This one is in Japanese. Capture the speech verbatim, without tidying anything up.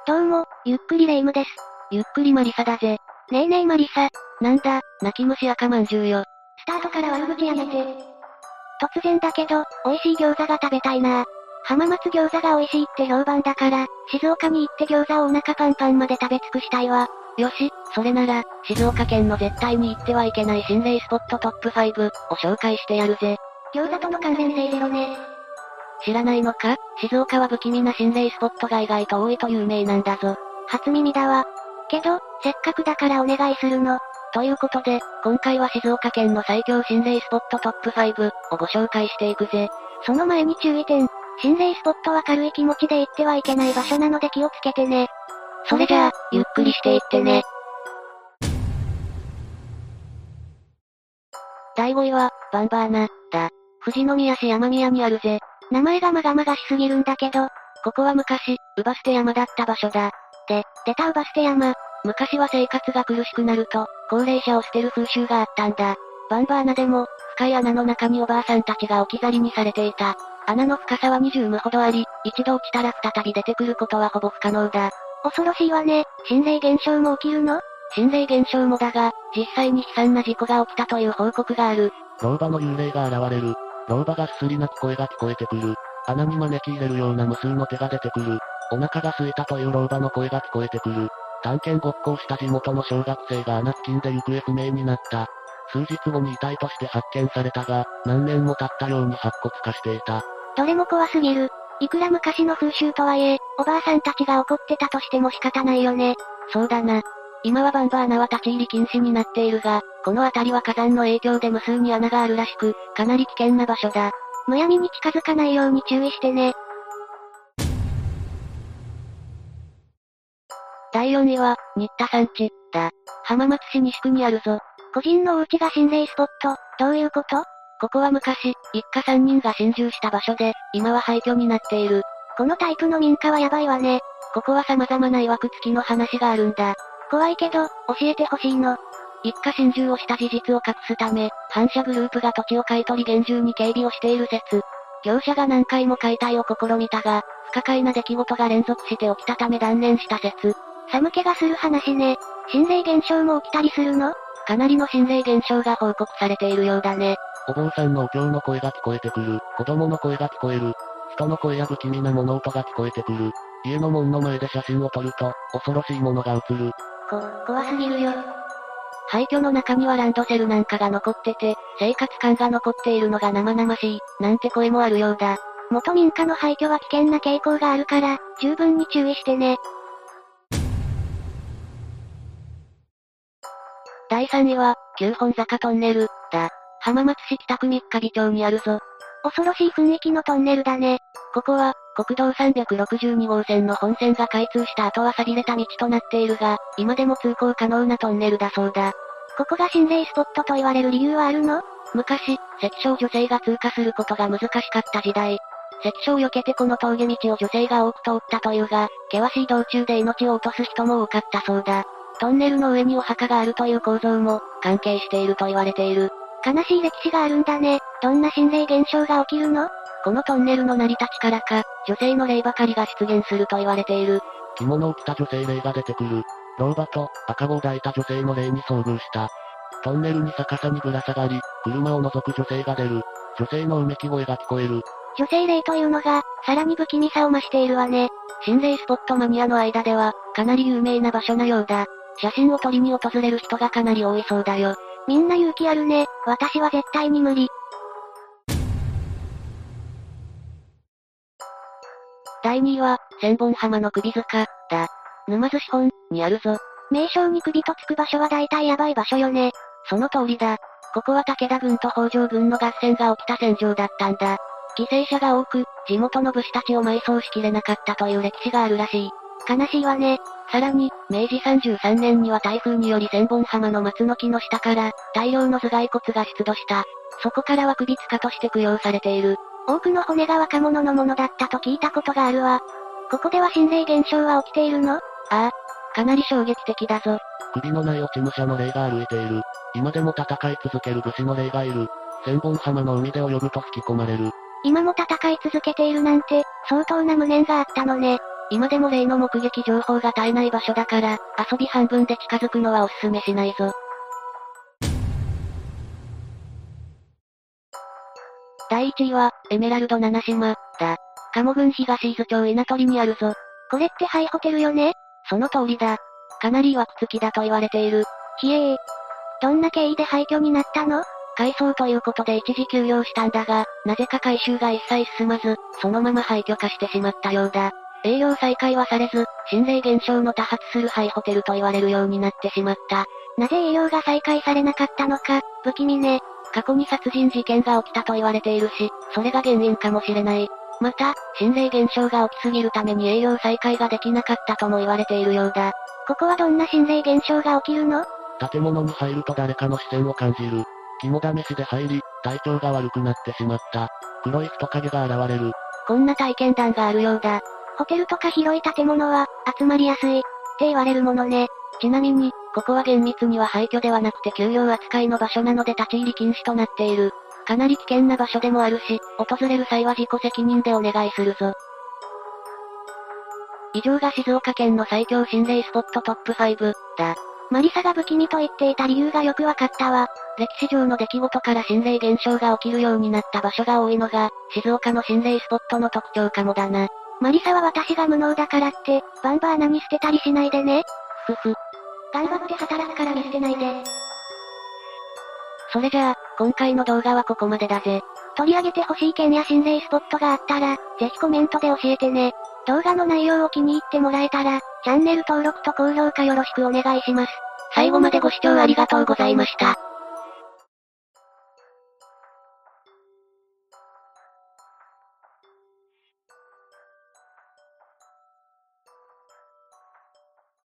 どうも、ゆっくりレ夢ムです。 ゆっくりマリサだぜ。 ねえねえマリサ。 なんだ、泣き虫赤まんじゅうよ。 スタートから悪口やめて。突然だけど、美味しい餃子が食べたいな。浜松餃子が美味しいって評判だから、静岡に行って餃子をお腹パンパンまで食べ尽くしたいわ。 よし、それなら、静岡県の絶対に行ってはいけない心霊スポットトップごを紹介してやるぜ。 餃子との関連性ゼロね。 知らないのか？静岡は不気味な心霊スポットが意外と多いと有名なんだぞ。 初耳だわ。けど、せっかくだからお願いするの。 ということで、今回は静岡県の最強心霊スポットトップごをご紹介していくぜ。 その前に注意点。心霊スポットは軽い気持ちで行ってはいけない場所なので気をつけてね。 それじゃあ、ゆっくりしていってね。だいごいは、バンバーナ、だ。富士宮市山宮にあるぜ。 名前がまがまがしすぎるんだけど。 ここは昔、ウバステ山だった場所だ。 で、出たウバステ山。 昔は生活が苦しくなると、高齢者を捨てる風習があったんだ。バンバーナでも、深い穴の中におばあさんたちが置き去りにされていた。穴の深さはにじゅうムほどあり、一度落ちたら再び出てくることはほぼ不可能だ。 恐ろしいわね。心霊現象も起きるの？ 心霊現象もだが、実際に悲惨な事故が起きたという報告がある。 老婆の幽霊が現れる。老婆がすすり泣く声が聞こえてくる。穴に招き入れるような無数の手が出てくる。お腹が空いたという老婆の声が聞こえてくる。探検ごっこをした地元の小学生が穴付近で行方不明になった。数日後に遺体として発見されたが、何年も経ったように白骨化していた。 どれも怖すぎる。いくら昔の風習とはいえ、おばあさんたちが怒ってたとしても仕方ないよね。 そうだな。今はバンバー穴は立ち入り禁止になっているが、この辺りは火山の影響で無数に穴があるらしく、かなり危険な場所だ。 むやみに近づかないように注意してね。 だいよんいは、新田山地、だ。浜松市西区にあるぞ。 個人のお家が心霊スポット、どういうこと？ ここは昔、一家三人が心中した場所で、今は廃墟になっている。 このタイプの民家はやばいわね。 ここは様々な曰く付きの話があるんだ。 怖いけど、教えてほしいの。 一家心中をした事実を隠すため、反社グループが土地を買い取り厳重に警備をしている説。業者が何回も解体を試みたが、不可解な出来事が連続して起きたため断念した説。 寒気がする話ね。心霊現象も起きたりするの？ かなりの心霊現象が報告されているようだね。 お坊さんのお経の声が聞こえてくる。子供の声が聞こえる。人の声や不気味な物音が聞こえてくる。家の門の前で写真を撮ると、恐ろしいものが映る。 こ、怖すぎるよ。 廃墟の中にはランドセルなんかが残ってて、生活感が残っているのが生々しい、なんて声もあるようだ。 元民家の廃墟は危険な傾向があるから、十分に注意してね。 だいさんいは、九本坂トンネル、だ。浜松市北区三日日町にあるぞ。 恐ろしい雰囲気のトンネルだね。 ここは、国道さんびゃくろくじゅうにごうせんの本線が開通した後は錆びれた道となっているが、今でも通行可能なトンネルだそうだ。 ここが心霊スポットと言われる理由はあるの？ 昔、関所を女性が通過することが難しかった時代。関所を避けてこの峠道を女性が多く通ったというが、険しい道中で命を落とす人も多かったそうだ。トンネルの上にお墓があるという構造も、関係していると言われている。 悲しい歴史があるんだね。どんな心霊現象が起きるの？ このトンネルの成り立ちからか、女性の霊ばかりが出現すると言われている。 着物を着た女性霊が出てくる。老婆と赤子を抱いた女性の霊に遭遇した。トンネルに逆さにぶら下がり、車を覗く女性が出る。女性のうめき声が聞こえる。 女性霊というのが、さらに不気味さを増しているわね。 心霊スポットマニアの間では、かなり有名な場所なようだ。写真を撮りに訪れる人がかなり多いそうだよ。 みんな勇気あるね。私は絶対に無理。 だいにいは、千本浜の首塚、だ。沼津市本、にあるぞ。 名称に首とつく場所は大体やばい場所よね。 その通りだ。ここは武田軍と北条軍の合戦が起きた戦場だったんだ。犠牲者が多く、地元の武士たちを埋葬しきれなかったという歴史があるらしい。 悲しいわね。 さらに、明治さんじゅうさんねんには台風により千本浜の松の木の下から、大量の頭蓋骨が出土した。そこからは首塚として供養されている。 多くの骨が若者のものだったと聞いたことがあるわ。ここでは心霊現象は起きているの？ああ、かなり衝撃的だぞ。 首のない落ち武者の霊が歩いている。今でも戦い続ける武士の霊がいる。千本浜の海で泳ぐと吹き込まれる。 今も戦い続けているなんて、相当な無念があったのね。 今でも例の目撃情報が絶えない場所だから、遊び半分で近づくのはおすすめしないぞ。だいいちいは、エメラルド七島、だ。鴨郡東伊豆町稲取にあるぞ。 これってハイホテルよね？ その通りだ。かなり曰く付きだと言われている。 ひえー。どんな経緯で廃墟になったの？ 改装ということで一時休業したんだが、なぜか改修が一切進まず、そのまま廃墟化してしまったようだ。営業再開はされず、心霊現象の多発する廃ホテルと言われるようになってしまった。 なぜ営業が再開されなかったのか、不気味ね。 過去に殺人事件が起きたと言われているし、それが原因かもしれない。また、心霊現象が起きすぎるために営業再開ができなかったとも言われているようだ。 ここはどんな心霊現象が起きるの？ 建物に入ると誰かの視線を感じる。肝試しで入り、体調が悪くなってしまった。黒い人影が現れる。 こんな体験談があるようだ。 ホテルとか広い建物は、集まりやすい、って言われるものね。 ちなみに、ここは厳密には廃墟ではなくて休業扱いの場所なので立ち入り禁止となっている。かなり危険な場所でもあるし、訪れる際は自己責任でお願いするぞ。以上が静岡県の最強心霊スポットトップごだ。 マリサが不気味と言っていた理由がよくわかったわ。 歴史上の出来事から心霊現象が起きるようになった場所が多いのが、静岡の心霊スポットの特徴かもだな。 マリサは私が無能だからって、バンバーナに捨てたりしないでね。 ふふ。 頑張って働くから見捨てないで。 それじゃあ、今回の動画はここまでだぜ。 取り上げてほしい件や心霊スポットがあったら、ぜひコメントで教えてね。動画の内容を気に入ってもらえたら、チャンネル登録と高評価よろしくお願いします。 最後までご視聴ありがとうございました。